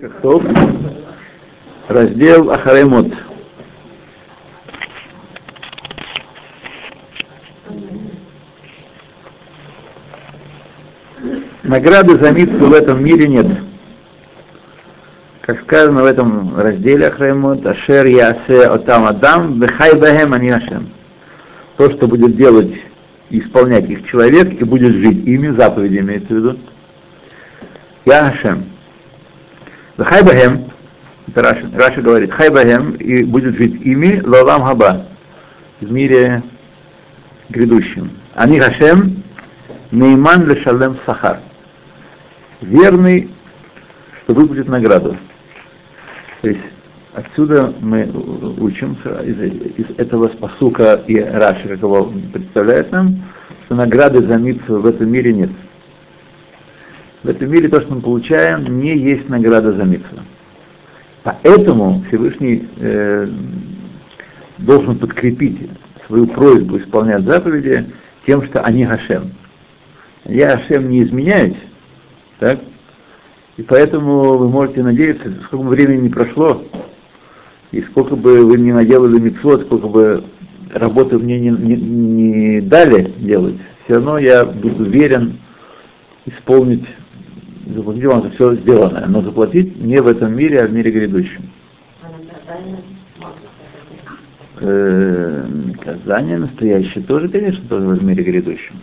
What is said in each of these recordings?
Кахтов, раздел Ахаремот. Награды за митцву в этом мире нет. Как сказано в этом разделе Ахаремот, Ашер ясе отам адам вехай бэхэм ани Ашем. То, что будет делать и исполнять их человек, и будет жить ими, заповеди имеется в виду, я Ашем. Хай бахем, это Раши говорит, хай бахем, и будет жить ими лолам хаба, в мире грядущем. Они Хашем, нейман лешалем сахар, верный, что выплатит награду. То есть отсюда мы учим из этого пасука и Раши, как его представляет нам, что награды за митцву в этом мире нет. В этом мире то, что мы получаем, не есть награда за митцву. Поэтому Всевышний должен подкрепить свою просьбу исполнять заповеди тем, что они Хашем. Я Хашем не изменяюсь, так? И поэтому вы можете надеяться, сколько бы времени ни прошло, и сколько бы вы ни наделали мицвот, сколько бы работы мне не дали делать, все равно я буду уверен исполнить, заплатить вам за все сделанное, но заплатить не в этом мире, а в мире грядущем. Наказание настоящее тоже, конечно, тоже в мире грядущем.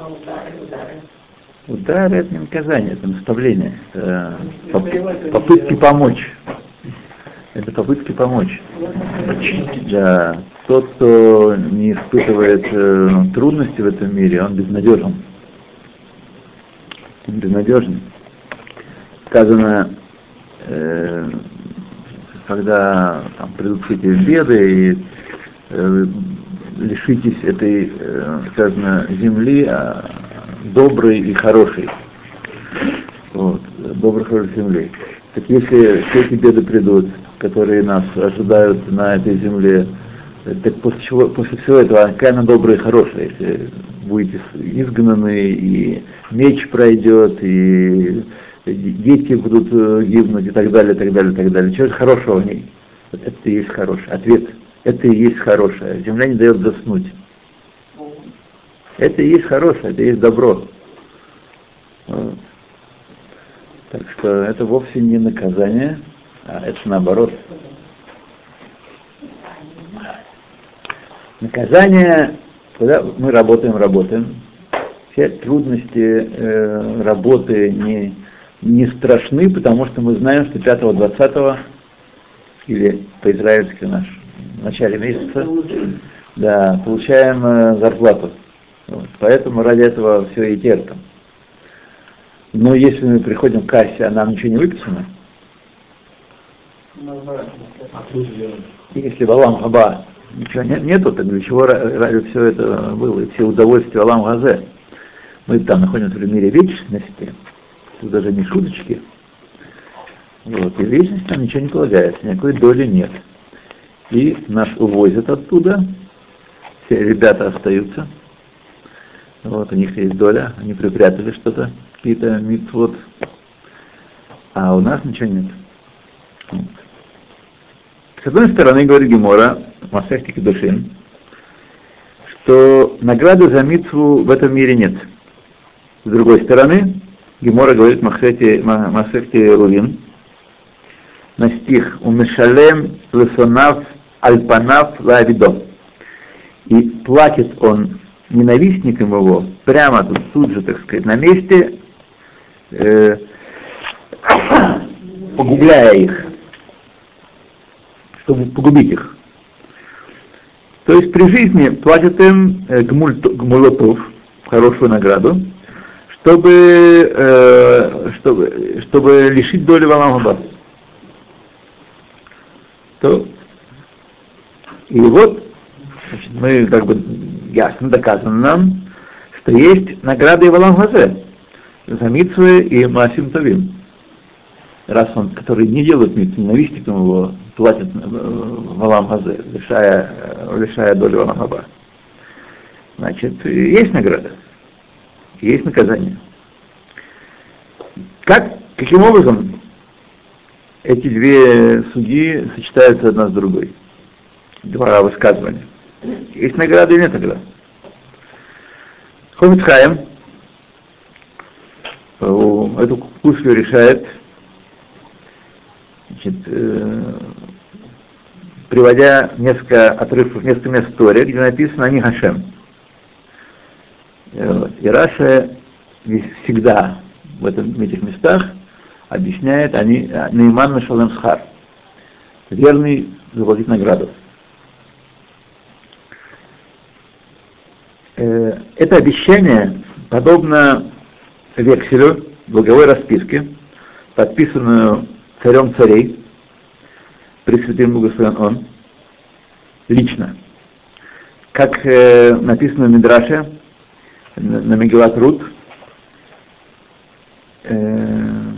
Удар — это не наказание, это наставление, это попытки помочь. Это попытки помочь. Да. Тот, кто не испытывает трудности в этом мире, он безнадежен. Безнадежен. Сказано, когда там придут все эти беды и лишитесь этой, сказано, земли, доброй и хорошей. Вот, доброй и хорошей земли. Так если все эти беды придут, которые нас ожидают на этой земле, так после всего этого, какая она добрая и хорошая, если будете изгнаны, и меч пройдет, и дети будут гибнуть, и так далее, и так далее, и так далее. Чего же хорошего в ней? Вот это и есть хорошее. Ответ. Это и есть хорошее. Земля не дает заснуть. Это и есть хорошее, это и есть добро. Вот. Так что это вовсе не наказание, а это наоборот. Наказание, когда мы работаем. Все трудности работы не страшны, потому что мы знаем, что 5-20 или по-израильски в начале месяца, да, получаем зарплату. Вот. Поэтому ради этого все и терпим. Но если мы приходим к кассе, а нам ничего не выписано, и если в Алам Хаба ничего нету, так для чего ради все это было, и все удовольствия Алам Газе? Мы там находимся в мире вечности, тут даже не шуточки. Вот, и в вечности там ничего не полагается, никакой доли нет. И нас увозят оттуда, все ребята остаются, вот, у них есть доля, они припрятали что-то, какие-то мицвот, а у нас ничего нет. Вот. С одной стороны, говорит Гемора, Масехте Кедушин, что награды за мицву в этом мире нет. С другой стороны, Гемора говорит Масехте Рувин, на стих «Умешалем лесонав альпанав лавидо». И платит он ненавистникам его прямо тут же, так сказать, на месте, погубляя их, чтобы погубить их. То есть при жизни платят им гмулотов, хорошую награду, чтобы лишить доли в Алам Хаба. И вот, значит, мы как бы ясно доказано нам, что есть награды и в Алам Хазе за мицвы и Маасим Товим. Раз он, который не делает мицвы, ненавистникам его платит в Алам Хазе, лишая доли в Алам Хаба. Значит, есть награда, есть наказание. Каким образом эти две судьи сочетаются одна с другой. Два высказывания. Есть награда и нет награды. Хофец Хаим эту кушью решает, значит, приводя несколько отрывков, несколько мест Торы, где написано «Они Хашем». И Раша всегда в этих местах объясняет «Они Нейман Мешалем Схар», верный заплатить награду. Это обещание подобно векселю, долговой расписке, подписанную царем царей, Пресвятым Благословен Он, лично. Как написано в Мидраше, на Мегилат Рут, в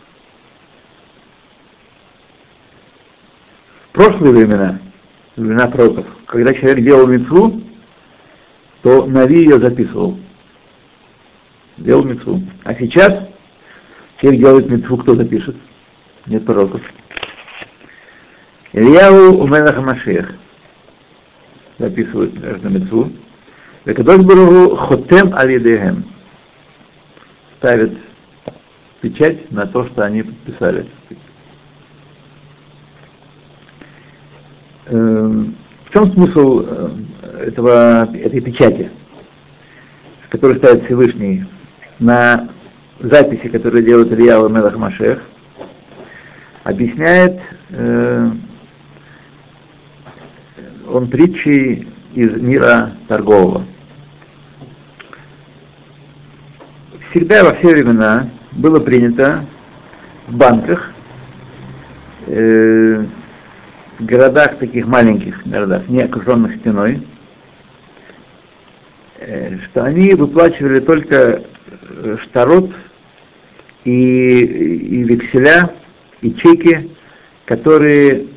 прошлые времена пророков, когда человек делал мицву, то Нави ее записывал. Делал мицву. А сейчас человек делает мицву, кто запишет? Нет пророков. Ильяу Умелах Машиах записывает эту мицву. Векадош Баругу Хотем Аль-Едеhem ставит печать на то, что они подписали. В чем смысл этой печати, которую ставит Всевышний на записи, которые делает Ильяу Мелах Машиах? Объясняет он притчи из мира торгового. Всегда во все времена было принято в банках, в городах, таких маленьких городах, не окруженных стеной, что они выплачивали только штарот и векселя, и чеки, которые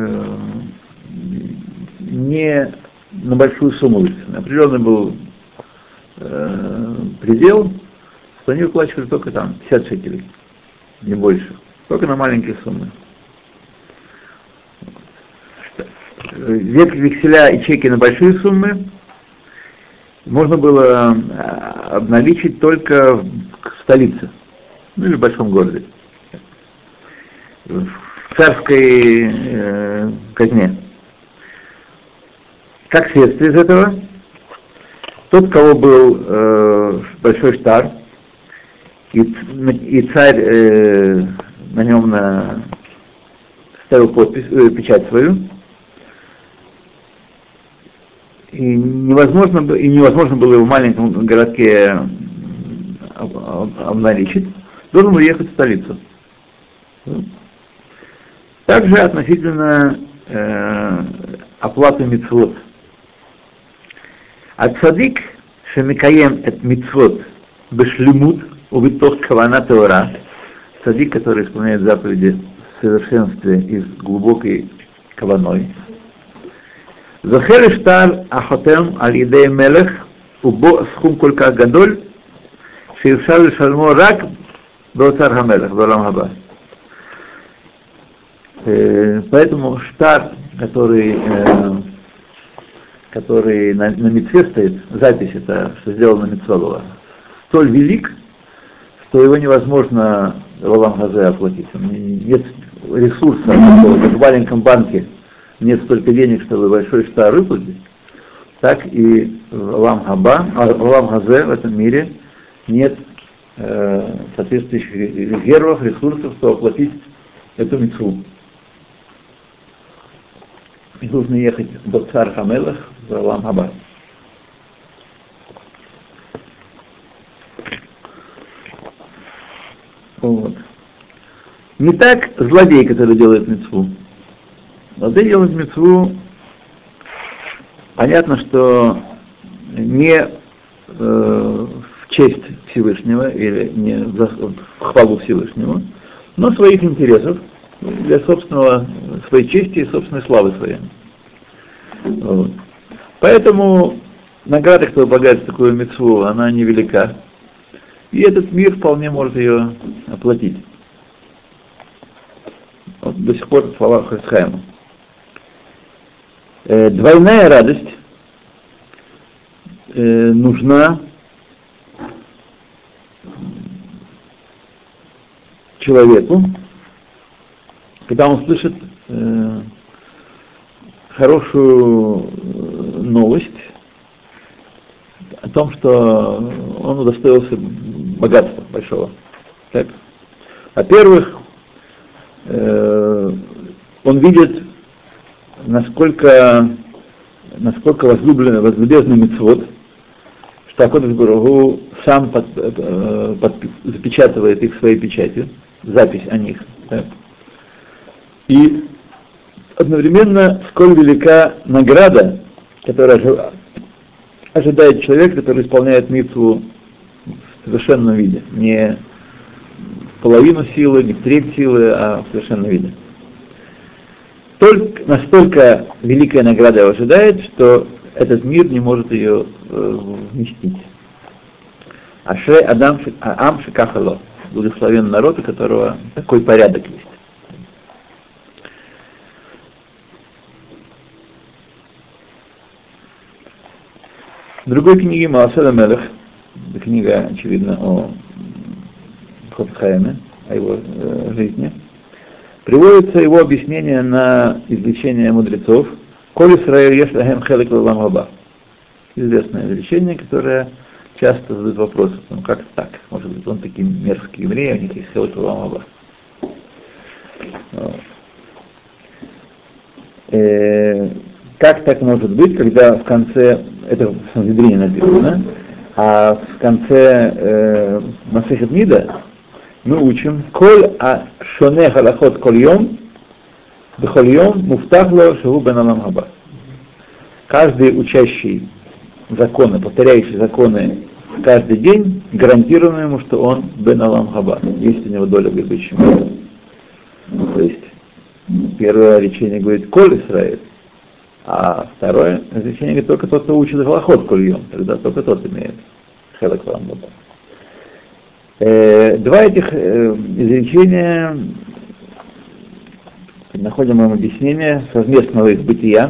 не на большую сумму выписаны. Определенный был предел, что они выплачивали только там 50 шекелей, не больше, только на маленькие суммы. Векселя и чеки на большие суммы можно было обналичить только в столице, ну или в большом городе, в царской казне. Как следствие из этого, тот, у кого был большой штар, и царь на нем ставил подпись, печать свою, и невозможно было его в маленьком городке обналичить, должен был ехать в столицу. Также относительно оплаты мицвот. Ацадик шемикаем эт мицвот бешлемут убитох кавана теора, цадик, который исполняет заповеди в совершенстве и с глубокой каваной. Захер штар ахотем аль-идей мелех убо схум кольках гадоль шеевшар лешальмо рак беоцар хамелех беолам хаба. Поэтому штар, который на мицве стоит, запись это, что сделано на мицва была, столь велик, что его невозможно в Олам Хазе оплатить. Нет ресурса, как в маленьком банке нет столько денег, чтобы большой штар выплатить, так и в Олам Хазе, в этом мире, нет соответствующих резервов, ресурсов, чтобы оплатить эту мицву. И нужно ехать в Бацар Хамелах, в Олам Хаба. Вот. Не так злодей, который делает мицву. Злодей делает мицву, понятно, что не в честь Всевышнего или не в хвалу Всевышнего, но своих интересов, для своей чести и собственной славы своей. Вот. Поэтому награда, которая полагается такую мицву, она невелика. И этот мир вполне может ее оплатить. до сих пор слова Хафец Хаима. Двойная радость нужна человеку, когда он слышит хорошую новость о том, что он удостоился богатства большого. Так? Во-первых, он видит, насколько возлюбленный мицвот, что Акодыш Барух Ху сам запечатывает их своей печатью, запись о них. Так? И одновременно, сколь велика награда, которая ожидает человек, который исполняет мицву в совершенном виде, не в половину силы, не в треть силы, а в совершенном виде. Настолько великая награда его ожидает, что этот мир не может ее вместить. Ашрей Адам Шикахало, благословен народ, у которого такой порядок есть. В другой книге Маасeh ха-Мелех, книга, очевидно, о Хафец Хаиме, о его жизни, приводится его объяснение на извлечение мудрецов «Коль Исраэль еш лахэм хелек л'олам хаба». Известное изречение, которое часто задают вопрос, ну как так? Может быть, он такие мерзкие евреи, у них есть хелек л'олам хаба. Как так может быть, когда в конце, это в Санхедрине написано, а в конце Масехет Мида мы учим «Коль шоне халахот коль йом, бехоль йом муфтахло шагу бен алам хаба». Каждый учащий законы, повторяющий законы каждый день, гарантировано ему, что он бен алам хаба. Есть у него доля в грядущем мире. То есть первое речение говорит «Коль Исраэль», а второе изречение говорит, только тот, кто учит халахот коль йом, тогда только тот имеет хелек л'олам хаба. Два этих изречения находим им объяснение совместного их бытия.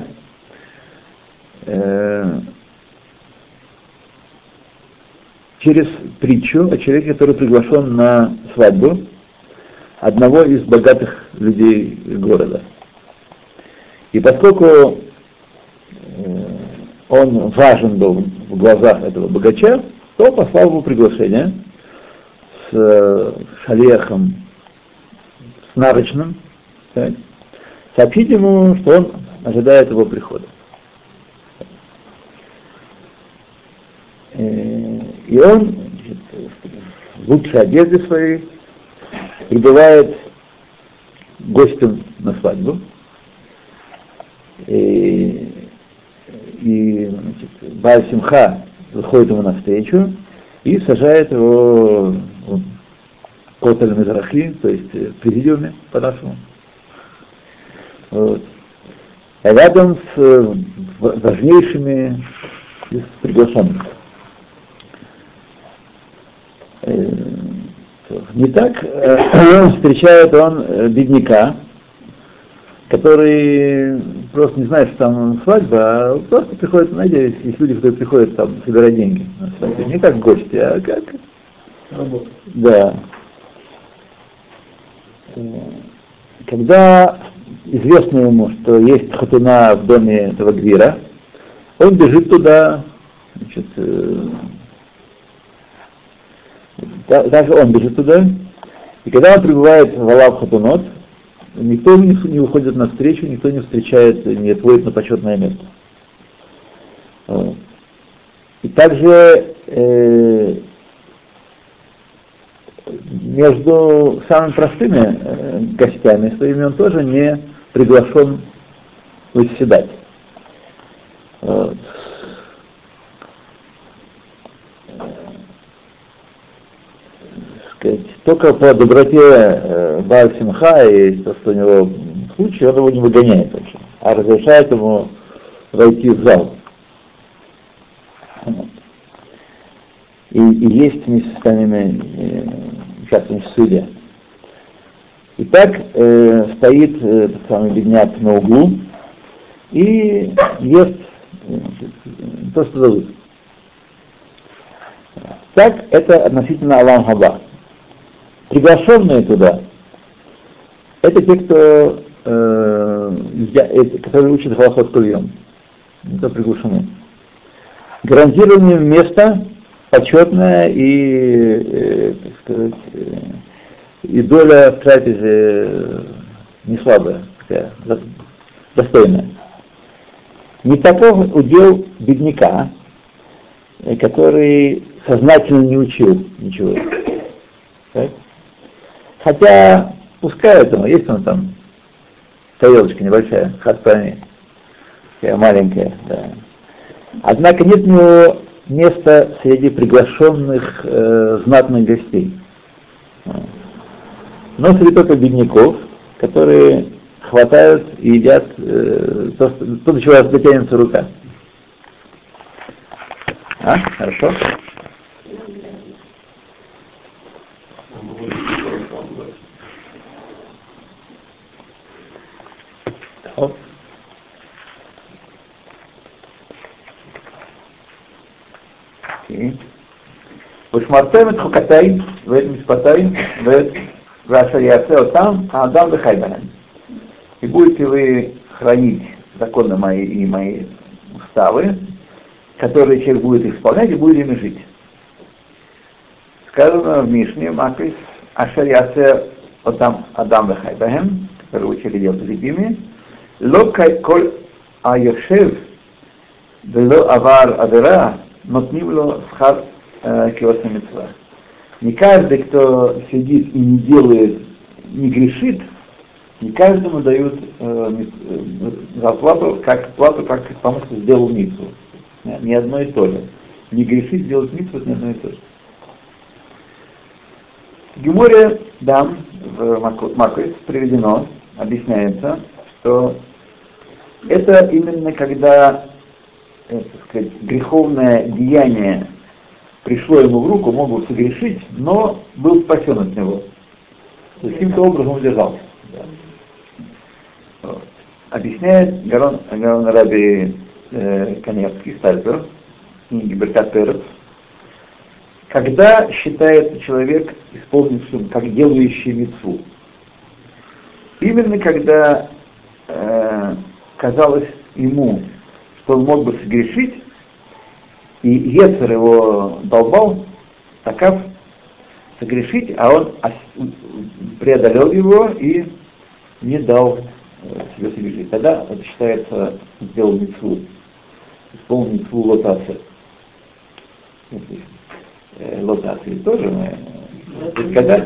Через притчу о человеке, который приглашен на свадьбу одного из богатых людей города. И поскольку он важен был в глазах этого богача, то послал ему приглашение с шалехом, с нарочным, так, сообщить ему, что он ожидает его прихода. И он, значит, в лучшей одежде своей прибывает гостем на свадьбу. И значит, Бааль Симха выходит ему навстречу и сажает его в Котель Мизрахи, то есть в президиуме по-нашему. Вот. А рядом с важнейшими из приглашенных. Не так встречает он бедняка, который просто не знает, что там свадьба, а просто приходит, знаете, есть люди, которые приходят там собирать деньги на свадьбу. Не как гости, а как работа. Да. Когда известно ему, что есть хатуна в доме этого гвира, он бежит туда, значит, также он бежит туда, и когда он прибывает в Алав Хатунот, никто не выходит навстречу, никто не встречает, не отводит на почетное место. И также между самыми простыми гостями своими он тоже не приглашен восседать. Только по доброте Бааль Симха и то, что у него случай, он его не выгоняет вообще, а разрешает ему войти в зал. И есть вместе с остальными участвующими в суде. И так стоит этот самый бедняк на углу и ест то, что дадут. Так это относительно Алам Хаба. Приглашенные туда — это те, кто которые учат Галахот Кульон. Это приглашены. Гарантированное место почетное и, так сказать, и доля в трапезе не слабая, такая, достойная. Не таков удел бедняка, который сознательно не учил ничего. Так? Хотя, пускай это, есть он там, тарелочка небольшая, хатпани, такая маленькая, да. Однако нет у него места среди приглашенных знатных гостей. Но среди только бедняков, которые хватают и едят то, до чего дотянется рука. Хорошо? ושמרתם את חוקתי ואת משפטי ואשר יעשה אותם האדם וחי בהם. И будете вы хранить законы мои и мои уставы, которые человек будет исполнять и будет ими жить. Сказано в Мишне, Макрис, ашер ясе отам адам вехай бахем, который учили делать ими, ло коль айошев вело авар авера, нотним ло схар киоса митцва. Не каждый, кто сидит и не делает, не грешит, не каждому дают зарплату, как потому что сделал митцву. Не одно и то же. Не грешить, сделать митцву, не одно и то же. В Геморе Дам в Макрис приведено, объясняется, что это именно когда, так сказать, греховное деяние пришло ему в руку, мог бы согрешить, но был спасен от него. То есть каким-то образом удержался. Да. Вот. Объясняет Гаон Раби Каневский, Стальпер, книги Беркат Перец, когда считается человек исполнившим, как делающий мицву. Именно когда казалось ему, что он мог бы согрешить, и Ецер его долбал, такав согрешить, а он преодолел его и не дал себе согрешить. Тогда это считается сделал мицву, исполнил мицву лотасе. Лотасе тоже мы. Когда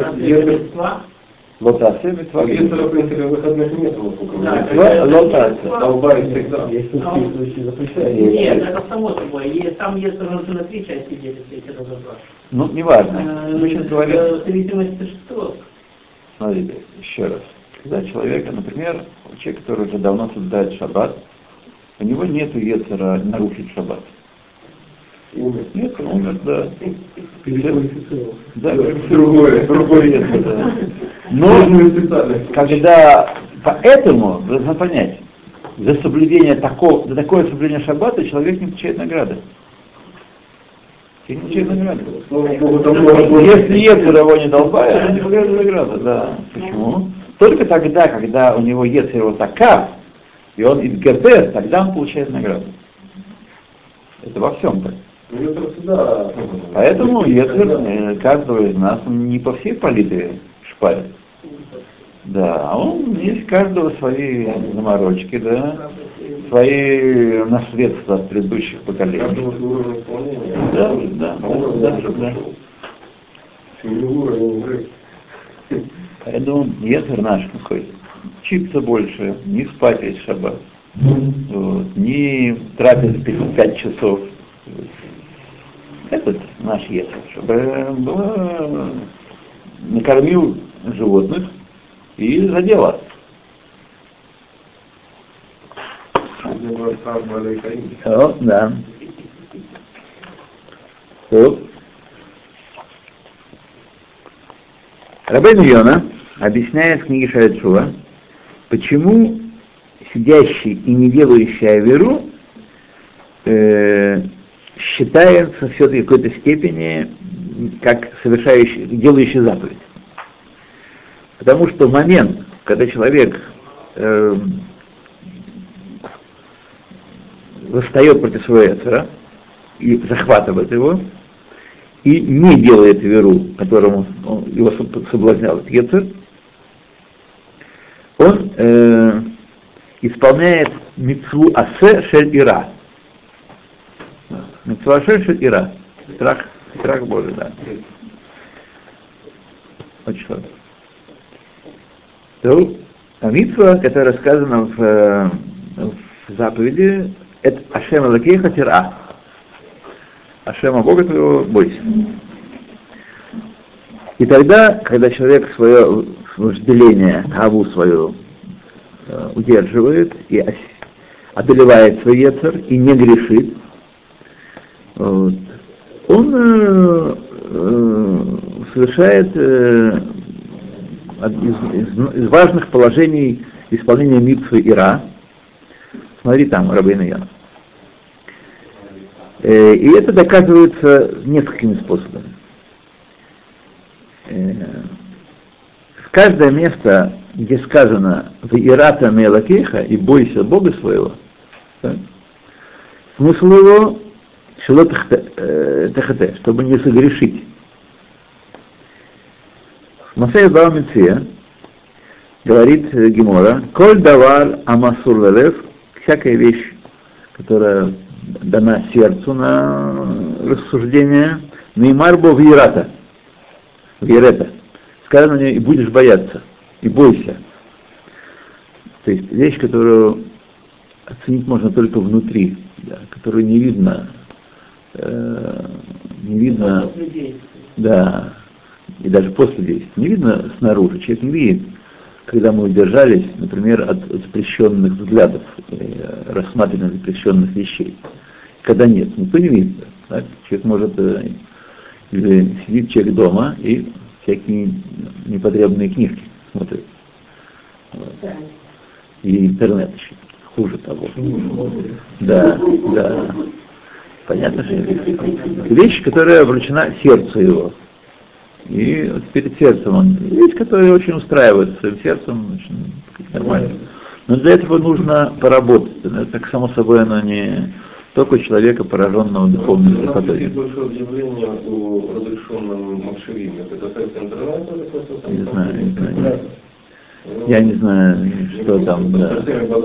лотасе, мицва. Если, например, выходных нет, лотасе. Долбает всегда. Нет, это само собой. Там есть на три части делится, если разобраться. Ну, неважно. Мы сейчас говорим. В зависимости что? Смотрите, еще раз. Когда человека, например, человек, который уже давно соблюдает шаббат, у него нет ецера нарушить шаббат. Умер. Нет, он умер, да. Переквалифицировал. Да, другой ецер, да. Но когда, поэтому, должно понять, за соблюдение за такое соблюдение шаббата человек не получает награды. Человек не получает награды. Если ецер его не долбает, он не получает награды, да. Почему? Только тогда, когда у него ецер его такав, и он из ГП, тогда он получает награду. Это во всем так. Поэтому ецер каждого из нас не по всей палитре шпарит. Да, а он есть каждого свои заморочки, да, свои наследства от предыдущих поколений. Да. Поэтому ецер наш какой, учиться больше, не спать весь шаббат, вот, не трапезать 5 часов. Этот наш ецер, чтобы было, накормил животных и за дело. О, да. Рабейну Йона объясняет в книге Шаарей Тшува, почему сидящий и не делающий аверу считается все-таки в какой-то степени как совершающий, делающий заповедь. Потому что в момент, когда человек восстает против своего эцера и захватывает его, и не делает веру, которому его соблазнял эцер, он исполняет мицву асе шель ира. Мицву асе шель ира. Страх Божий, да. Очень хорошо. То, а мицва, которая сказана в заповеди, это Ашем Элокейха тира. Ашема Бога твоего бойся. И тогда, когда человек свое вожделение, таву свою удерживает и одолевает свой ецер и не грешит, вот, он совершает из важных положений исполнения мицвы ира. Смотри там, Рабейну Йона. И это доказывается несколькими способами. Каждое место, где сказано «Ваирата меэлокейха» и «бойся Бога своего», да, смысл его «шело тахате», чтобы не согрешить. В Масей Бава Меция говорит Гемора «Коль давар амасур лелев», всякая вещь, которая дана сердцу на рассуждение, «Неймар бо ваирата», «ваирета», сказано мне, и будешь бояться, и бойся. То есть вещь, которую оценить можно только внутри, да, которую не видно, да, и даже после действия, не видно снаружи, человек не видит, когда мы удержались, например, от запрещенных взглядов, рассматривания запрещенных вещей. Когда нет, никто не видит. Так? Человек может, или сидит человек дома и всякие непотребные книжки смотрит. Вот. И интернет еще хуже того. Да. Понятно, что вещь, которая обращена сердцу его. И вот перед сердцем он, вещь, которая очень устраивает своим сердцем, очень нормально. Но для этого нужно поработать. Так само собой оно не только человека, пораженного духовной красотой. Большое удивление о разрешенном махшевиме. Это сайт интернета? Не знаю. Я не знаю, что там, да.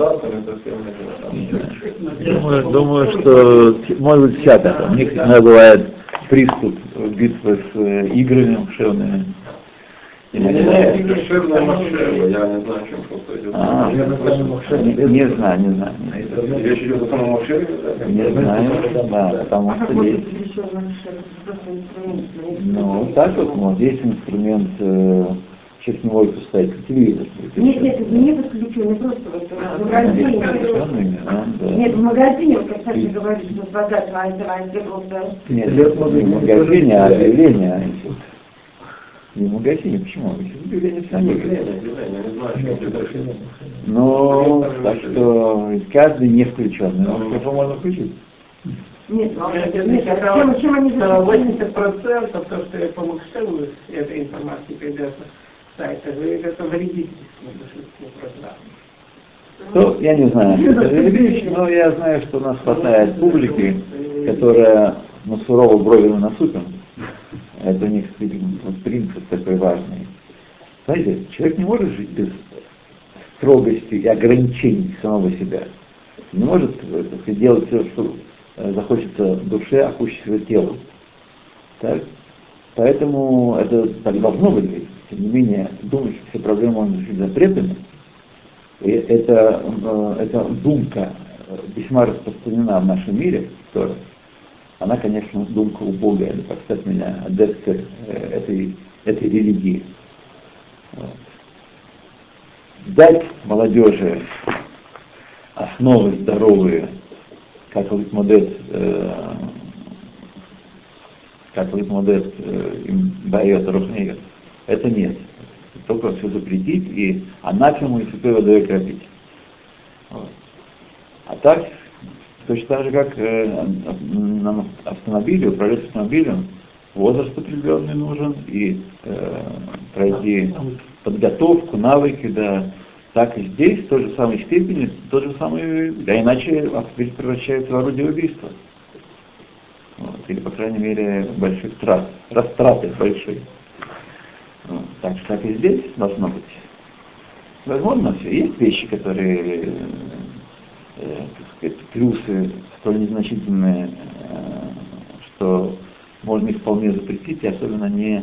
Думаю, что может быть всякое. У них иногда бывает приступ, битвы с играми махшевными. Я не знаю, дешевная махшева, я не знаю, о чем просто идет. Не знаю. Речь идет о самом махшеве? Не знаю, да, потому что есть. Ну, так вот, есть инструмент, человек не может поставить как телевизор. Нет, это не подключенный, просто вот в магазине. Нет, в магазине, вот как Саша говорит, что вода твоя просто... Нет, не в магазине, а объявление. Не в магазине, почему? Объявление сами. Ну, так что каждый не включенный, но можно включить. Нет, чем они 80% то, что я по Махшеву этой информации придется сайта, это вредит Ну, я не знаю, но я знаю, что у нас хватает публики, которая сурово брови насупим. Это у них принцип такой важный. Знаете, человек не может жить без строгости и ограничений самого себя. Не может делать все, что захочется душе, окучивать телу. Так? Поэтому это так должно быть. Тем не менее, думать, что все проблемы можно решить запретами, и это думка весьма распространена в нашем мире, что она, конечно, думка убогая, это, поставь меня, адепты этой религии. Вот. Дать молодежи основы здоровые, как литмодет им дает Рухнигер, это нет. только все запретить и анафему и святой водой окропить. Вот. А так, точно так же, как на автомобиле, управлять автомобилем, возраст определенный нужен, и пройти подготовку, навыки, да. Так и здесь, в той же самой степени, тот же самый, да иначе автомобиль превращается в орудие убийства. Вот. Или, по крайней мере, больших трат, растраты большие. Вот. Так и здесь должно быть. Возможно, все. Есть вещи, которые, так сказать, плюсы столь незначительные, что можно их вполне запретить, и особенно не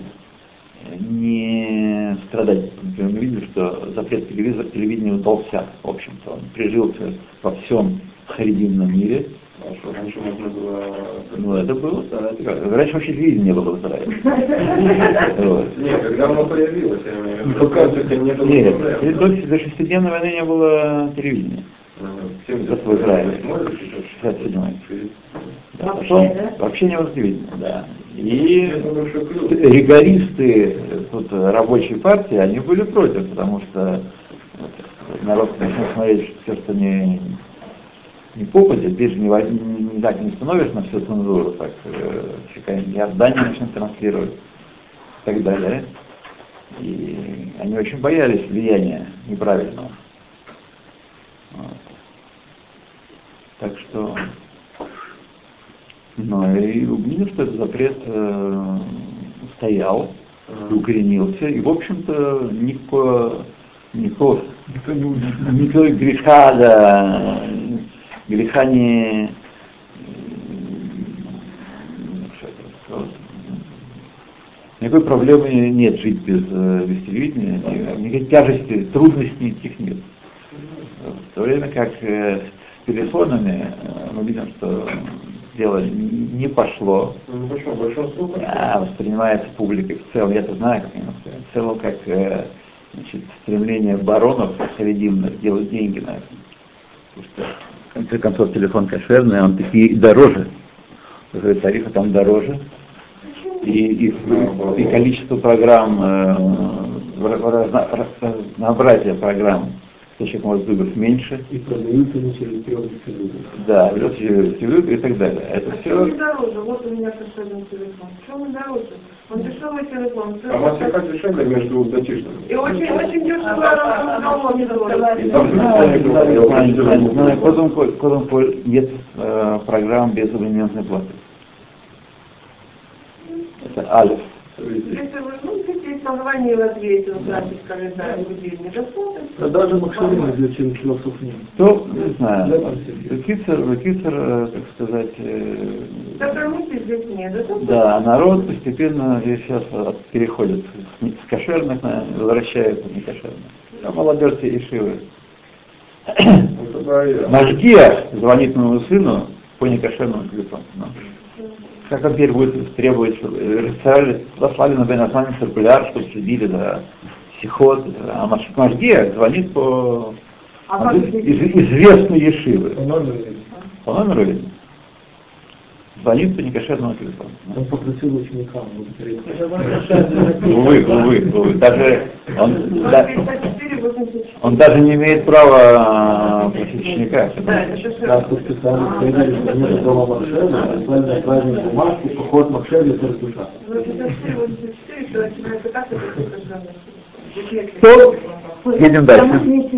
страдать. Например, мы видим, что запрет телевидения удался, в общем-то. Он прижился во всем харидимном мире. Раньше можно было... Ну, это было, да. Раньше вообще телевидения не было в Израиле. Нет, когда оно появилось, я имею в виду. Нет, до шестидневной войны не было телевидения. В Израиле. 67-й. Вообще не было телевидения, да. И ригористы тут рабочей партии, они были против, потому что народ начал смотреть все, что не попадет, здесь же не так не становишься на всю цензуру, так Иордания начнет транслировать и так далее. И они очень боялись влияния неправильного. Вот. Так что, ну и видно, что этот запрет стоял, укоренился, и в общем-то никакого греха, да, греха не никакой проблемы нет жить без телевидения, никакой тяжести, трудностей никаких нет. В то время как с телефонами мы видим, что дело не пошло, воспринимается публикой в целом, я-то знаю, как они воспринимают, в целом как стремление баронов харидимных делать деньги на этом. Потому что, в конце концов, телефон кошерный, он такие дороже, тарифы там дороже, и количество программ, разнообразие программ, что человек может выбрать меньше. И продаются не через первый. Да, через и так далее. Это все. Почему не дороже? Вот у меня кошельный телефон. Почему не дороже? Он дешевый телефон. А мастерка дешевле между датишными. И очень дешевый, нет программ без абонементной платы. Это алиф. Если вы, если название ответил, запись календаря, будильник, достаточно. Даже максимально для философов нет. То, не знаю, Кицер, так сказать... здесь нет, да, народ постепенно здесь сейчас переходит с кошерных, возвращается в некошерных. А молодежь и шивы. Машгиах звонит моему сыну по некошерному телефону. Как он теперь будет требовать, чтобы послали на Бенасмане циркуляр, чтобы следили за сихот, а Машгиах звонит по известной ешивы. По номеру видно. Звонит по некошерному телефону. Он попросил ученика. Увы. Даже он даже не имеет права просить ученика. Да, специально сказали, что нет дома Макшева, специально отправили бумажку, поход Макшева и Сартуша. То, едем дальше.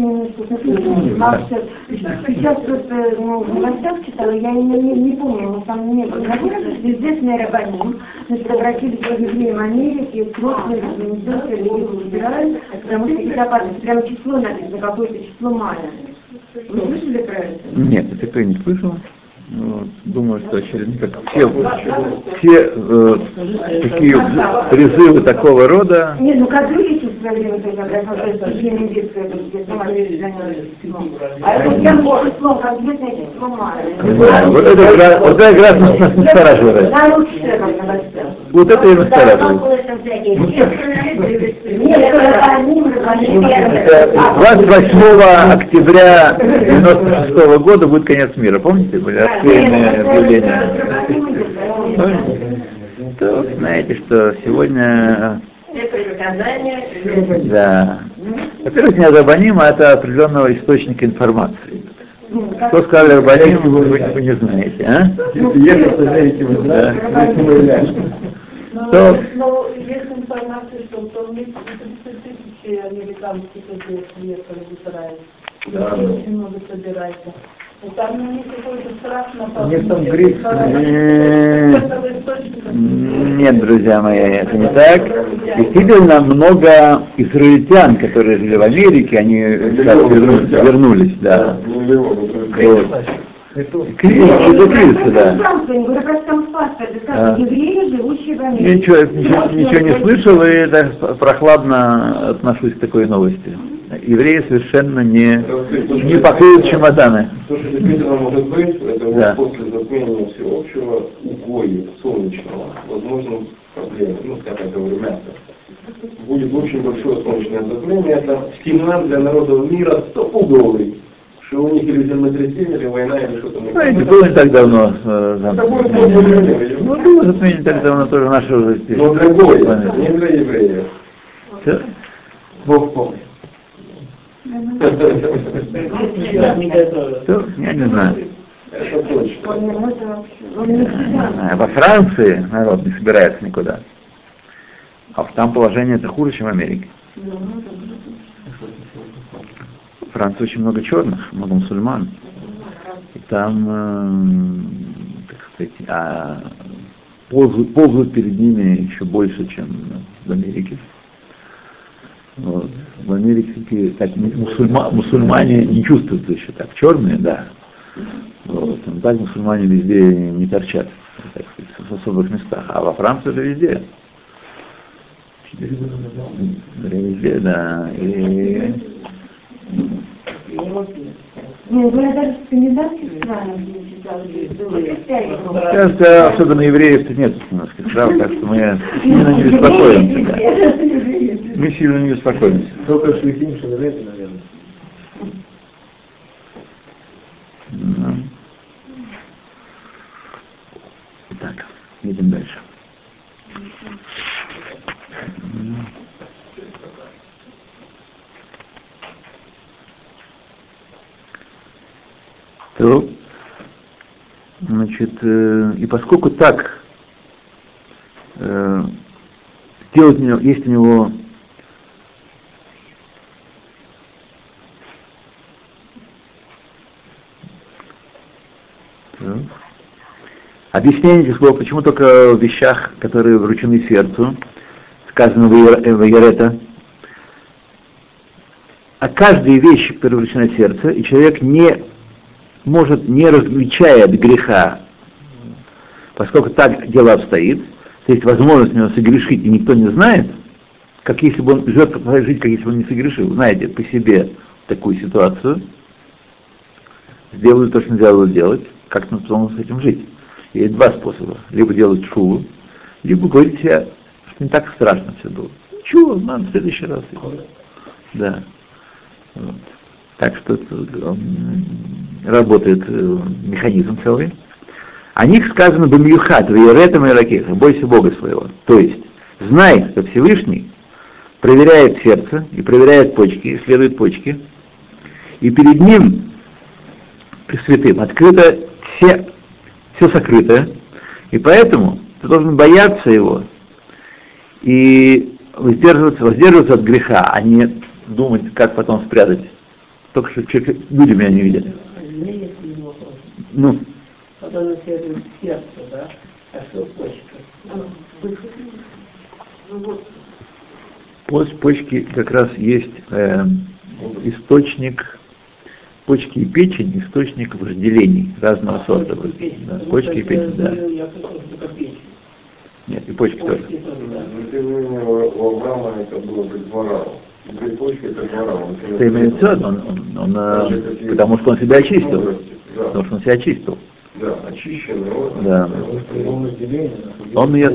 Сейчас просто в новостях читала, я не помню, но там не было. Известные рабаним, значит, обратились к евреям Америки, срочно организовали религию убирают, потому что безопасность, прям число написано, какое-то число мая. Вы слышали про это? Нет, это я не слышал. Думаю, что все такие призывы такого рода. Нет, ну как люди сейчас проблемы, а это я могу слово, как где-то сломали. Вот это как раз нас настораживает. Вот это и настораживает. 28 октября 1996 года будет конец мира. Помните, были расклеенные объявления? То знаете, что сегодня Все предсказания. Да. Во-первых, не Рабаним, а это определенного источника информации. Что сказали Рабаним, вы не знаете, а? Если ехать, то знаете, вы знаете, но есть информация, что в том месте 30 тысяч американских ехали в Израиль. Да. Очень много собирается. Но там не какой-то страшно. У них там грипп. Нет, друзья мои, это не так. Действительно, много израильтян, которые жили в Америке, они вернулись, да. Кризис, да. Евреи, живущие в Я Америке. ничего не слышал и так прохладно отношусь к такой новости. Евреи совершенно не пакуют чемоданы. То, что действительно может быть, это Да. вот после затмения всеобщего угоя солнечного, возможно, проблемы, скажем, говорю, мясо. Будет очень большое солнечное затмение, это стимулянт для народов мира стопудовый, что у них или землетрясение, или война, или что-то. Знаете, было не так давно. Было затмение не так давно тоже в нашей области. Но другое, не для евреев. Все? Бог помнит. Все? Я не знаю. Это точно. Во Франции народ не собирается никуда. А там положение это хуже, чем в Америке. В Франции очень много черных, много мусульман. И там, так сказать, ползают перед ними еще больше, чем в Америке. Вот. В Америке так, мусульмане не чувствуются еще так. Черные, да. Вот. Но так мусульмане везде не торчат, так сказать, в особых местах. А во Франции это везде. Везде, да. И... Вы даже в скандинавских странах Сейчас особенно евреев-то нет у нас, как правило, так что мы сильно не беспокоимся. Да. Мы сильно не беспокоимся. Только Шлихим Шевелеты, наверное. Так, едем дальше. То, значит, и поскольку так сделать у него, есть у него объяснение этих слов, почему только в вещах, которые вручены сердцу, сказано в Ярета, а каждой вещи, которая вручена сердцу, и человек не может, не различает греха, поскольку так дело обстоит, то есть возможность у него согрешить, и никто не знает, как если бы он живет свою жизнь, как если бы он не согрешил. Знаете по себе такую ситуацию, сделаю то, что нельзя было делать, как нужно с этим жить. И есть два способа. Либо делать шуву, либо говорить себе, что не так страшно все было. Ничего, надо в следующий раз. Да. Вот. Так что работает механизм целый. О них сказано «Бамьюхат, вееретам и ракеха», бойся Бога своего. То есть, знай, что Всевышний проверяет сердце и проверяет почки, исследует почки, и перед ним, Пресвятым, открыто все сокрытое, и поэтому ты должен бояться его и воздерживаться от греха, а не думать, как потом спрятать. Только что люди меня не видят. Ну. Потом исследует сердце, да? А что почка? Почки как раз есть источник, почки и печень, источник вожделений разного сорта. Да, почки и печень, да. Нет, и почки тоже. У Авраама это было как двора. Это имеется в виду, потому что он себя очистил. Потому что он себя очистил. Да, очищенный. Да. Он ее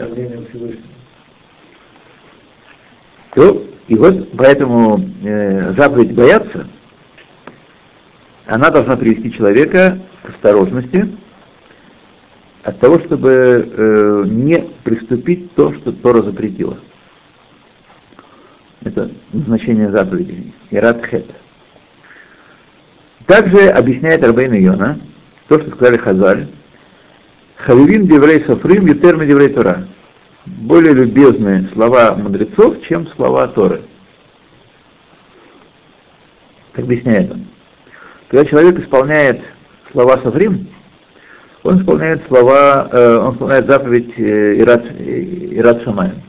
и вот поэтому заповедь бояться, она должна привести человека к осторожности от того, чтобы не приступить то, что Тора запретила. Это значение заповедей. Ират хет. Также объясняет Рабейну Йона то, что сказали Хазаль. Хавивим деврей софрим ютерми деврей Тора. Более любезные слова мудрецов, чем слова Торы. Как объясняет он. Когда человек исполняет слова софрим, он исполняет заповедь Ират Шамаим.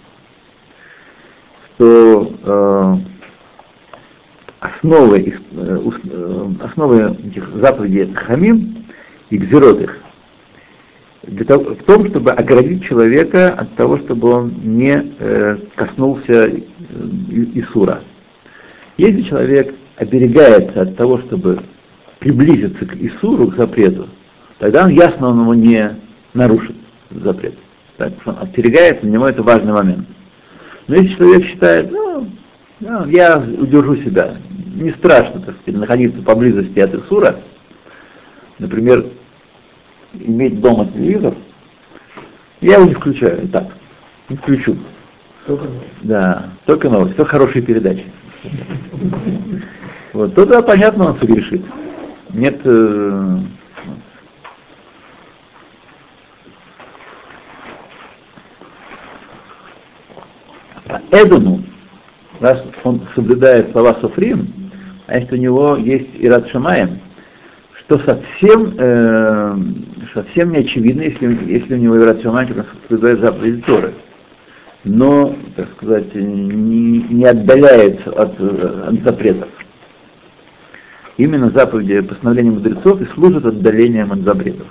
Что основы этих заповедей Хамим и Гзирот их в том, чтобы оградить человека от того, чтобы он не коснулся Исура. Если человек оберегается от того, чтобы приблизиться к Исуру, к запрету, тогда он его не нарушит, запрет. Так, он остерегается, для него это важный момент. Но если человек считает, я удержу себя, не страшно, так сказать, находиться поблизости от Исура, например, иметь дома телевизор, я его не включаю, так, не включу. Только новости, только хорошие передачи. Вот, тогда, понятно, он решит. Нет, поэтому, раз он соблюдает слова Софрим, а если у него есть Ират Шамаим, что совсем не очевидно, если у него Ират Шамаим, он соблюдает заповеди Торы, но, так сказать, не отдаляется от запретов. Именно заповеди постановления мудрецов и служат отдалением от запретов.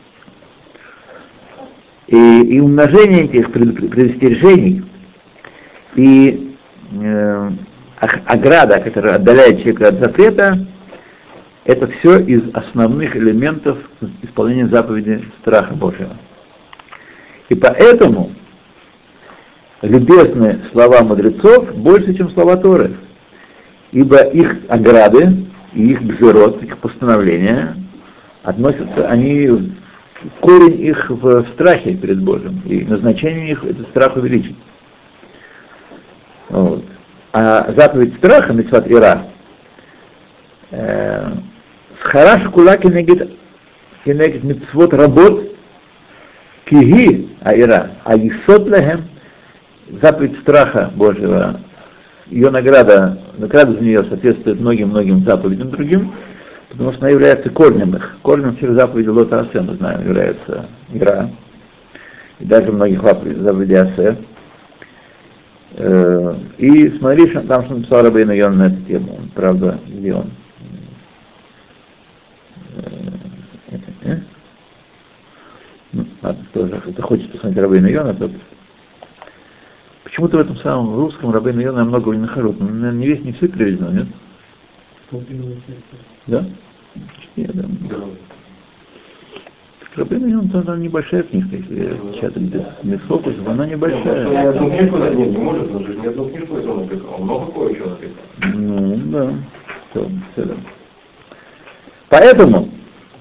И умножение этих предостережений и ограда, которая отдаляет человека от запрета, это все из основных элементов исполнения заповеди страха Божьего. И поэтому любезны слова мудрецов больше, чем слова Торы, ибо их ограды и их гзерот, их постановления относятся, корень их в страхе перед Божьим, и назначение их этот страх увеличить. Вот. А заповедь страха, мицват ира, схара шкула кенегет мицвот работ киги аира, а есот лехем, заповедь страха Божьего, ее награда за нее соответствует многим заповедям другим, потому что она является корнем их. Корнем всех заповедей Лота Асе, мы знаем, является ира, и даже многих заповедей Асе. И смотри, там что написал Рабейну Йона на эту тему. Правда, где он? Ладно, кто хочет посмотреть Рабейну Йона, тот. Почему-то в этом самом русском Рабейну Йона я много не нахожу. Наверное, не все переведено, нет? Да? Нет, да. Рабейну Йона, она небольшая книжка, если читать без фокусов, она небольшая. Ни одну книжку не может, он же ни одну книжку это написал, он много кое-чего написал. Да. Все. Поэтому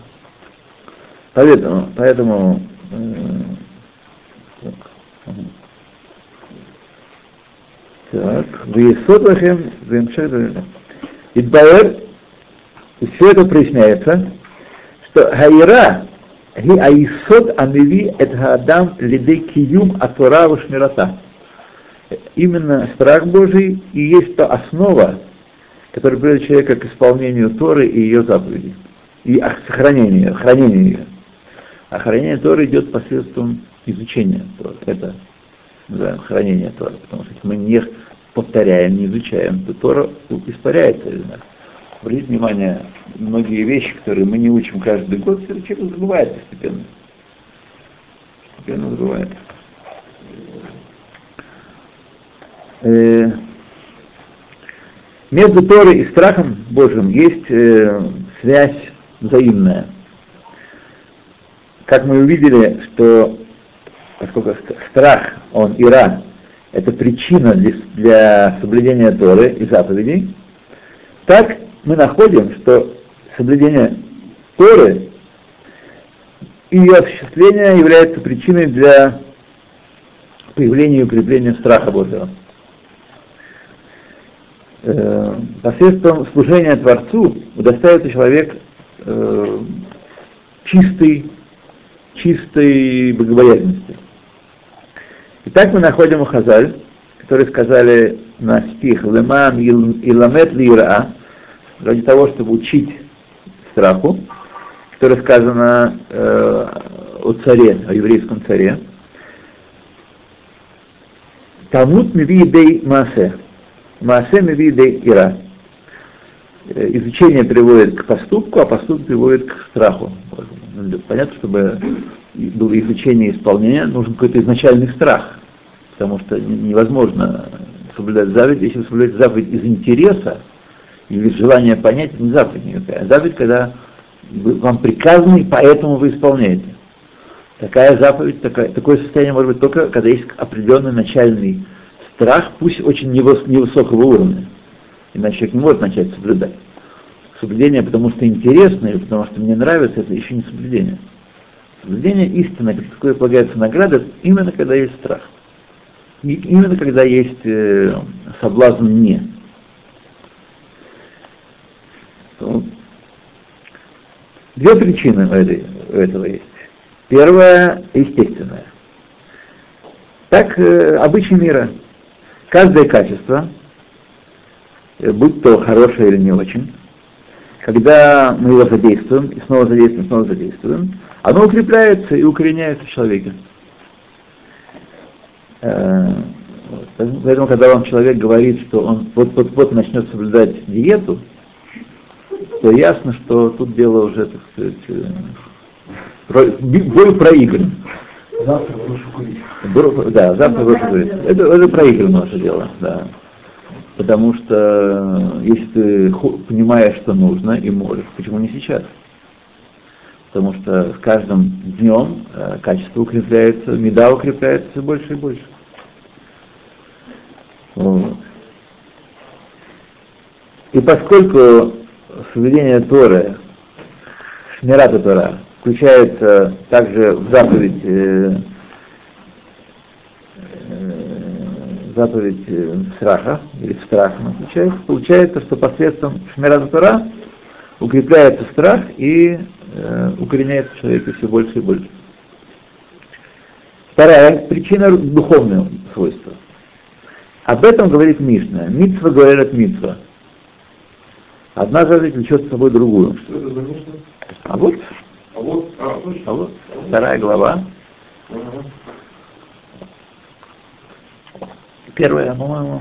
так, Весотлахем, Идбаэр, и все это проясняется, что Хаира, Ги Аисот Амиви Эт Хаадам Лидей Киюм Атора Вашмирата. Именно страх Божий и есть та основа, которая приводит человека к исполнению Торы и ее заповедей, и хранению ее. А хранение Торы идет посредством изучения Торы. Это называем хранение Торы, потому что если мы не повторяем, не изучаем, то Тора испаряется из нас. Обратите внимание, многие вещи, которые мы не учим каждый год, человек забывает постепенно. Постепенно забывает. Между Торой и страхом Божьим есть связь взаимная. Как мы увидели, что поскольку страх, он ира, это причина для соблюдения Торы и заповедей, так мы находим, что соблюдение Торы и ее осуществление является причиной для появления и укрепления страха Божьего. посредством служения Творцу удостаивается человек чистой богобоязненности. Итак, мы находим у Хазаль, которые сказали на стих «Леман иламет лира», ради того, чтобы учить страху, которое сказано о царе, о еврейском царе. Талмуд меви идей маасе. Маасе меви идей ира. Изучение приводит к поступку, а поступок приводит к страху. Понятно, чтобы было изучение и исполнение, нужен какой-то изначальный страх, потому что невозможно соблюдать заповедь, если вы соблюдаете заповедь из интереса или из желания понять, это не заповедь никакая. Заповедь, когда вам приказано, и поэтому вы исполняете. Такая заповедь, такое состояние может быть только, когда есть определенный начальный страх, пусть очень невысокого уровня. Иначе человек не может начать соблюдать. Соблюдение, потому что интересно, или потому что мне нравится, это еще не соблюдение. Соблюдение истинное, какое полагается награда, именно когда есть страх. И именно когда есть соблазн «не». Две причины у этого есть. Первая — естественная. Так обычай мира. Каждое качество, будь то хорошее или не очень, когда мы его задействуем, и снова задействуем, оно укрепляется и укореняется в человеке. Поэтому, когда вам человек говорит, что он вот начнет соблюдать диету, то ясно, что тут дело уже, так сказать, бой проигран. Завтра будешь курить. Да, завтра будешь курить. Это проиграно ваше дело, да. Потому что если ты понимаешь, что нужно и можешь, почему не сейчас? Потому что с каждым днем качество укрепляется, меда укрепляется все больше и больше. Вот. И поскольку соблюдение Торы, шмират Тора, включается также в заповедь страха, или в страх, получается, что посредством шмират Тора укрепляется страх и укореняется в человеке все больше и больше. Вторая причина — духовного свойства. Об этом говорит Мишна. Мицва говорит мицва. Одна заповедь влечет с собой другую. Что это за Мишна? А вот. Вторая глава. Первая, по-моему.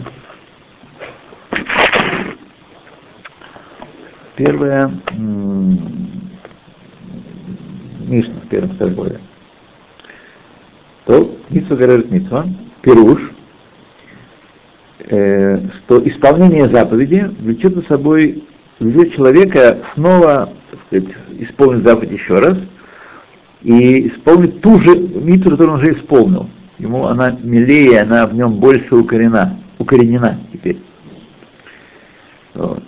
Первая Мишна в первом столбе. То мицва говорит мицва. Пируш. Что исполнение заповеди влечет за собой человека снова, так сказать, исполнить заповедь еще раз и исполнить ту же мицву, которую он уже исполнил. Ему она милее, она в нем больше укоренена теперь. Вот.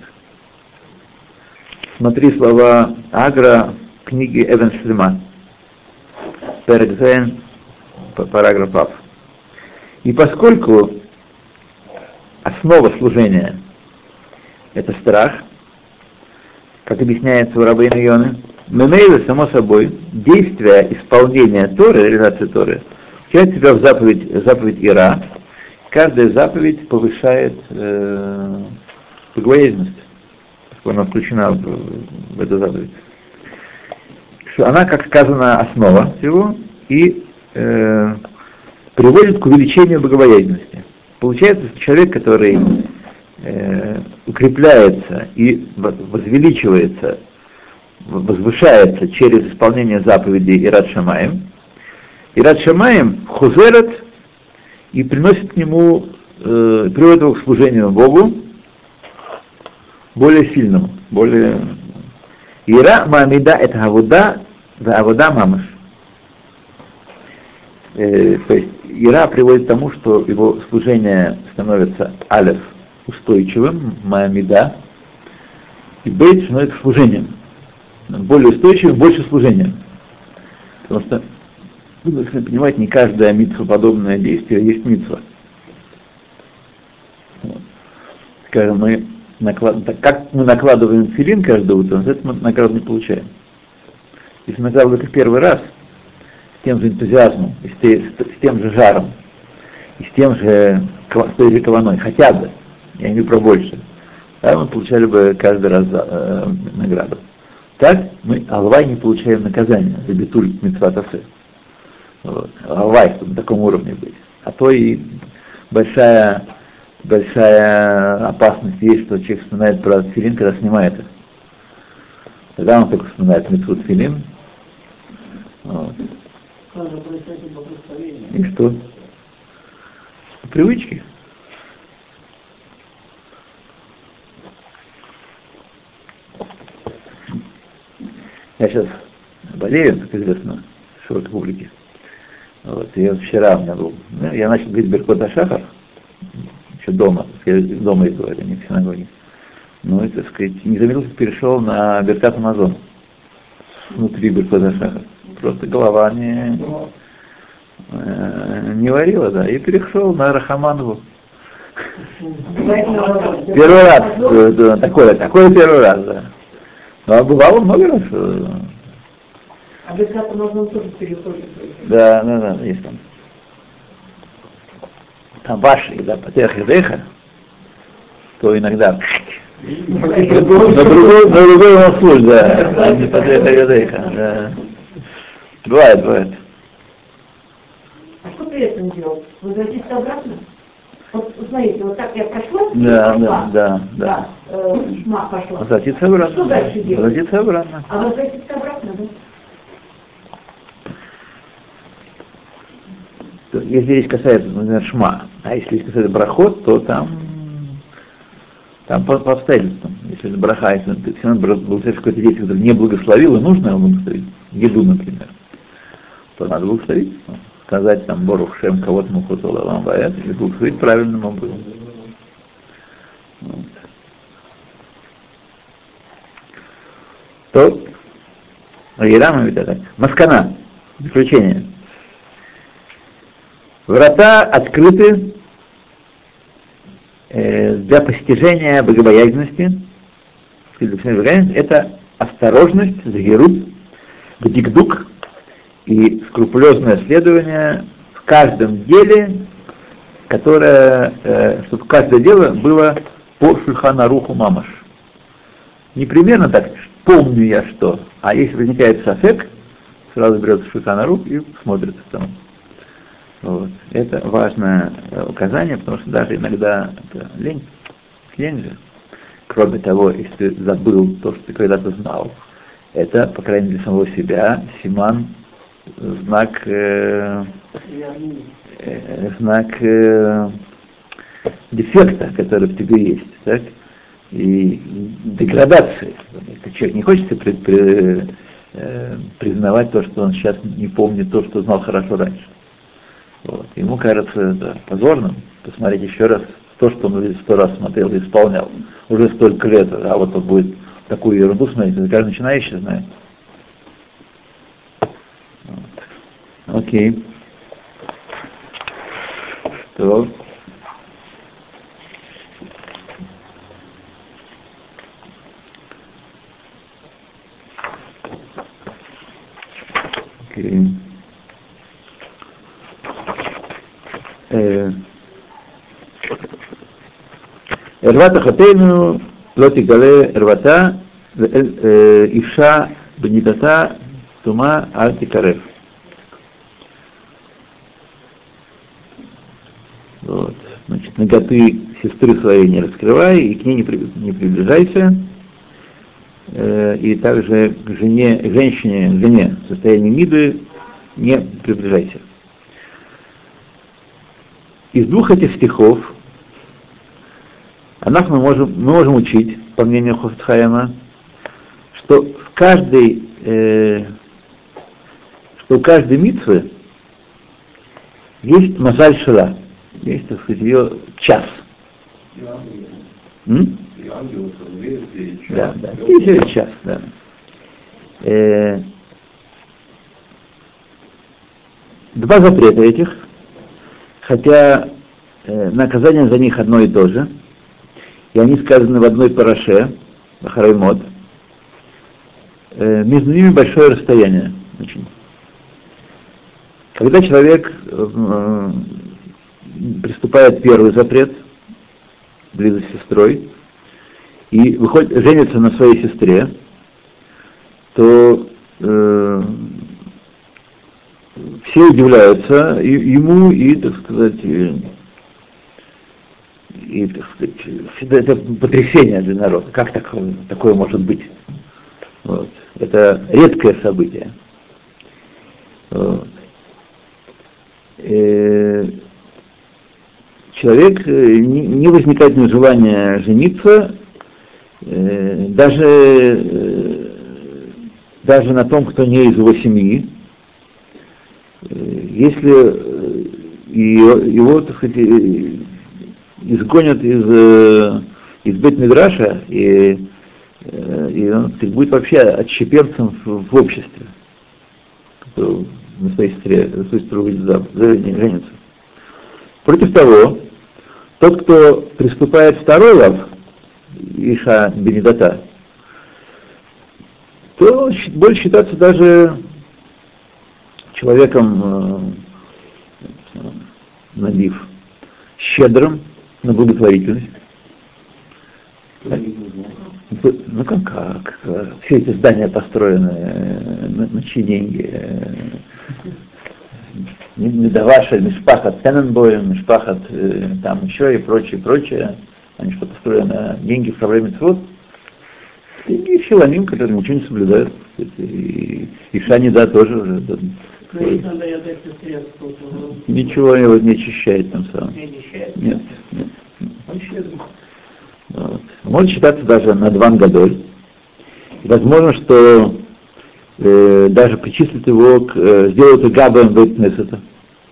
Смотри слова Агра в книге Эвен Шлема, Перек, параграф Ав. И поскольку основа служения — это страх, как объясняется у Рабейна Йоны, мемейла, само собой, действие исполнения Торы, реализация Торы, включает в себя в заповедь Ира. Каждая заповедь повышает богобоязненность, поскольку она включена в эту заповедь. Что она, как сказано, основа всего и приводит к увеличению богобоязненности. Получается, что человек, который укрепляется и возвеличивается, возвышается через исполнение заповедей Ират Шамаим хузерет и приносит к нему, приводит его к служению Богу более сильному, более... Ира мамида это авуда, да авуда мамаш. То есть Ира приводит к тому, что его служение становится алеф устойчивым, маамида, и бейт становится служением. Более устойчивым, больше служением. Потому что, вы должны понимать, не каждое митцва подобное действие есть митцва. Вот. скажем, как мы накладываем филин каждое утро, вот это мы награду не получаем. Если мы накладываем это первый раз, с тем же энтузиазмом, с тем же жаром, и с той же каваной, хотя бы, я не говорю про больше, да, мы получали бы каждый раз награду. Так мы алвай не получаем наказания за битуль мицват асе. Вот. Алвай, чтобы на таком уровне быть. А то и большая опасность есть, что человек вспоминает про тфилин, когда снимает их. Тогда он только вспоминает мицват тфилин. Вот. И что? Привычки. Я сейчас болею, как известно, широкой публике. Вот, и вот вчера у меня был, я начал говорить Беркот ха-Шахар, еще дома, я дома иду, это не в синагоге. Ну, и, так сказать, не заметил, что перешел на Беркат Амазон, внутри Беркот ха-Шахар. Просто голова не варила, да, и перешел на Рахаманову. Первый раз, такой первый раз, да. Ну, а бывало много раз. А Беркат Амазон тоже переходит? Да, есть там. Там ваши, да, Патех и Деха, то иногда на другой маслуль, да, а не Патех и Деха, да. Бывает. А что при этом делать? Возвратиться обратно? Вот, смотрите, вот так я пошла, Да. Шма пошла. Возвратиться обратно. Что дальше делать? Возвратиться обратно. А возвратиться обратно, да? Если речь касается, например, шма, а если речь касается брахот, то там по обстоятельствам. Если это браха, если ты все равно благословишь какое-то действие, которое не благословил, и нужно его благословить, еду, например, то надо благословить. Сказать там Борух Шем кого-то Мухуту Лалам Ваэт и благословить правильным образом. Вот. То Ирама ведь так. Маскана. Заключение. Врата открыты для постижения богобоязненности. Это осторожность, загерут, бдикдук и скрупулезное следование в каждом деле, чтобы каждое дело было по Шульхан Аруху Мамаш. Не примерно так, помню я что, а если возникает сафек, сразу берется Шульхан Арух и смотрит там. Вот. Это важное указание, потому что даже иногда это лень же. Кроме того, если ты забыл то, что ты когда-то знал, это, по крайней мере, для самого себя, симан, знак дефекта, который в тебе есть, так? И деградации. Если человек не хочет признавать то, что он сейчас не помнит то, что знал хорошо раньше. Вот. Ему кажется это позорным посмотреть еще раз то, что он уже 100 раз смотрел и исполнял. Уже столько лет, а вот он будет такую ерунду смотреть, это каждый начинающий знает. Вот. Окей. Что? Окей. Эрвата хатейну лоти гале эрвата иша бенидата тума альтикарев. Вот. Значит, наготы сестры своей не раскрывай, и к ней не приближайся. И также к женщине в состоянии миды не приближайся. Из двух этих стихов мы можем учить, по мнению Хофец Хаима, что у каждой мицвы есть мазаль шела, есть, так сказать, ее час. Да, есть ее час, да. Два запрета этих, хотя наказание за них одно и то же. и они сказаны в одной параше, Ахарей Мот, между ними большое расстояние. Очень. Когда человек приступает первый запрет, близость с сестрой, и женится на своей сестре, то все удивляются ему и, так сказать, это потрясение для народа. Как такое может быть? Вот. Это редкое событие. Вот. Человек не возникает у него желания жениться, даже на том, кто не из его семьи, если его, так сказать, изгонят из Бейт-Мидраша, и он будет вообще отщепенцем в обществе, на своей сестре женится. Против того, тот, кто приступает второй лав, Иша Бенедата, то будет считаться даже человеком, набив, щедрым на благотворительность. Ну как? Все эти здания построены на чьи деньги? Медаваша, Мишпахат Тененбоем, Мишпахат там еще и прочее. Они что построены на деньги в проблеме цвот. Деньги Шиланим, которые ничего не соблюдают. И Шанида тоже. Ничего его не очищает там сам. Нет. Вот. Может считаться даже на Дван Гадоль. Возможно, что даже причислят его сделают и Габаем Бейт-Кнесета.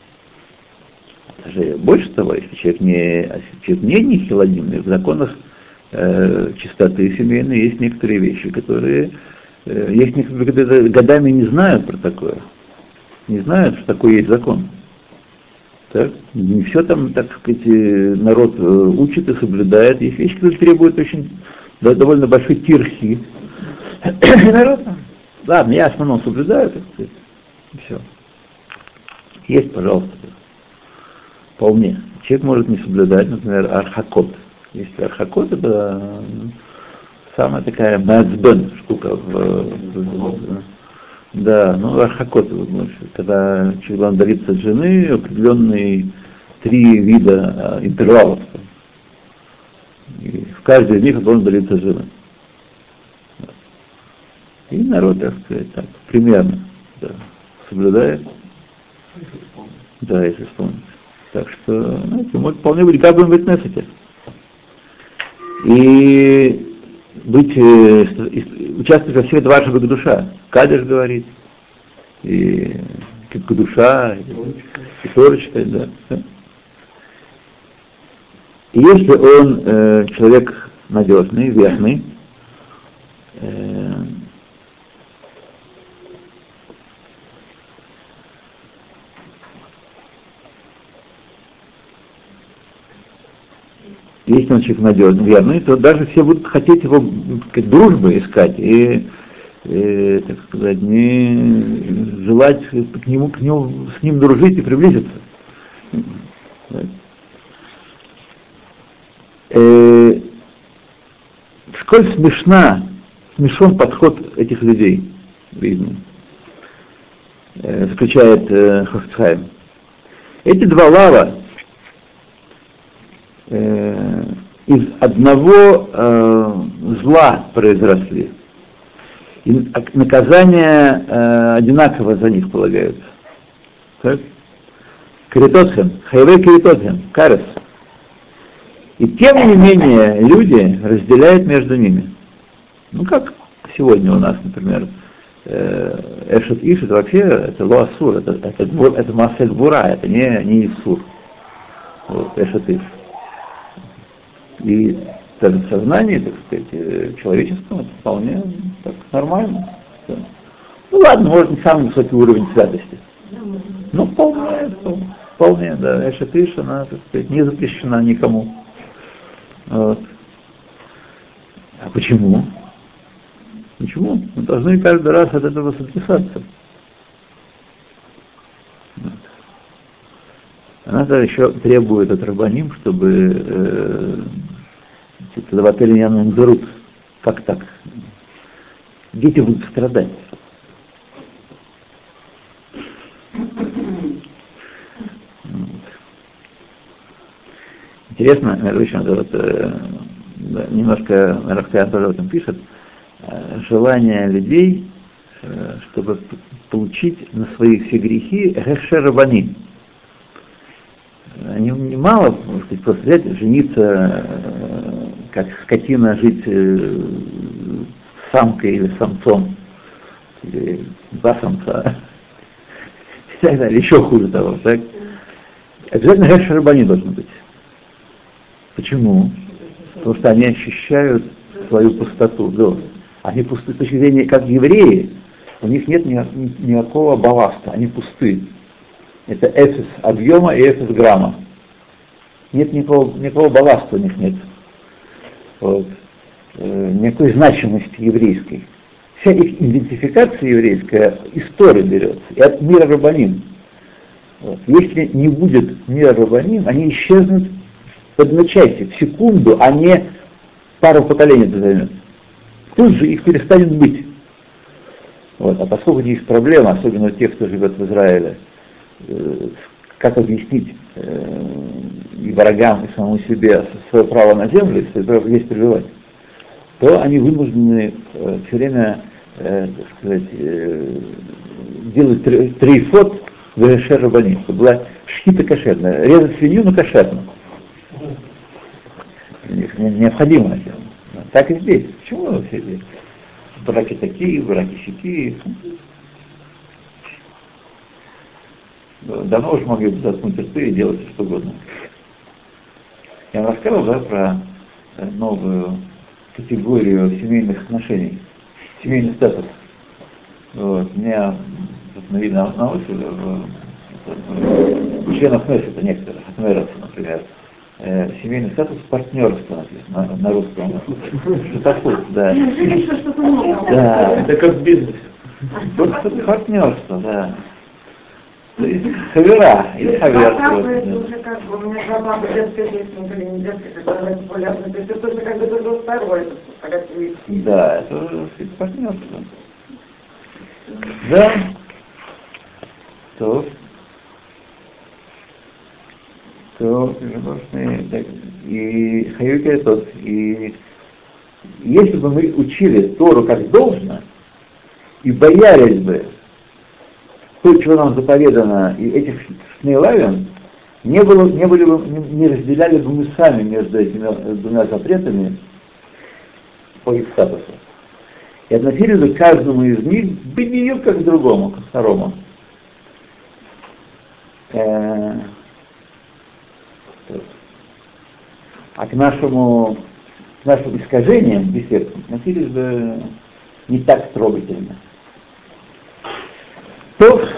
Даже больше того, если человек не хиладимный, в законах чистоты семейной есть некоторые вещи, которые годами не знают про такое. Не знают, что такое есть закон. Так? Не все там, так сказать, народ учит и соблюдает. Есть вещи, которые требуют довольно большой тирхи. Народ там. Ладно, я в основном соблюдаю, так сказать. Все. Есть, пожалуйста. Вполне. Человек может не соблюдать, например, архакот. Если архакот, это самая такая мазбен штука да, архакот, когда человек должен добиться от жены определенные 3 вида интервалов. И в каждой из них он должен добиться от жены. И народ, так сказать, так, примерно соблюдает. Да, если вспомнить. Так что, знаете, может вполне быть Габаем Бейт-Кнесете. И участвовать во всех дважды душа. Кадиш говорит, и душа, и Тору читать, да. И если он человек надежный, верный, если он человек надежный, верный, то даже все будут хотеть его дружбы искать и так сказать, не желать с ним дружить и приблизиться. Сколь смешон подход этих людей, видно, заключает Хофицхайм. Эти 2 лава из одного зла произросли. И наказание одинаково за них полагаются. Так? Критотхем, хайвей критотхем, карес. И тем не менее люди разделяют между ними. Ну как сегодня у нас, например, Эшет Ишет вообще это лоасур, это Масель Бура, это не Исур. Вот, Эшет Ишет. И даже в сознании, так сказать, человеческом это вполне так, нормально. Да. Ну ладно, может не самый высокий уровень святости. Но вполне, да, Эшет Ишет, она, так сказать, не запрещена никому. Вот. А почему? Почему? Мы должны каждый раз от этого сотрясаться. Вот. Она еще требует от рабаним, чтобы в отеле не надерут. Как так? Дети будут страдать. Интересно, немножко Рафкаян тоже об этом пишет, желание людей, чтобы получить на свои все грехи хешер рабаним. Они мало, может сказать, просто взять, жениться, как скотина жить с самкой или самцом, или два самца, и так далее, еще хуже того, так? Обязательно хешер рабаним должен быть. Почему? Потому что они ощущают свою пустоту. Да. Они пусты с точки зрения, как евреи, у них нет никакого балласта, они пусты. Это эфес объема и эфес грамма. Нет никакого балласта у них нет. Вот. Никакой значимости еврейской. Вся их идентификация еврейская из Торы берется, и от мира рабаним. Вот. Если не будет мира рабаним, они исчезнут в одночасье, в секунду, а не пару поколений это займет. Тут же их перестанет быть. Вот. А поскольку у них есть проблема, особенно у тех, кто живет в Израиле, как объяснить и врагам, и самому себе свое право на землю, свое право здесь пребывать, то они вынуждены все время, так сказать, делать трейфот в хешер рабаним, чтобы была шхита кошерная, резать свинью, но кошерно. Необходимо это. Так и здесь. Почему все здесь? Браки такие, браки сякие. Давно уже могли бы заткнуть рты и делать что угодно. Я вам рассказывал, да, про новую категорию семейных отношений, семейный статус. Вот. Меня видно на очереди членов Кнессета некоторых, от Мераса, например, семейный статус партнерства написано на русском. Шутофут, да. Да. Это как бизнес. Партнерство, да. То есть хавера, или хавер. Это уже как бы, у меня глава детская песня, или не детская, которая популярна, то есть это уже как бы только второе, да, это уже партнерство. Да. То и Хаюки тот, и если бы мы учили Тору как должно, и боялись бы то, чего нам заповедано, и этих шнейлавин, не разделяли бы мы сами между этими двумя запретами по их статусу. И относились бы к каждому из них беднее как к другому, ко второму. А к нашим искажениям дефектам относились бы не так трогательно. То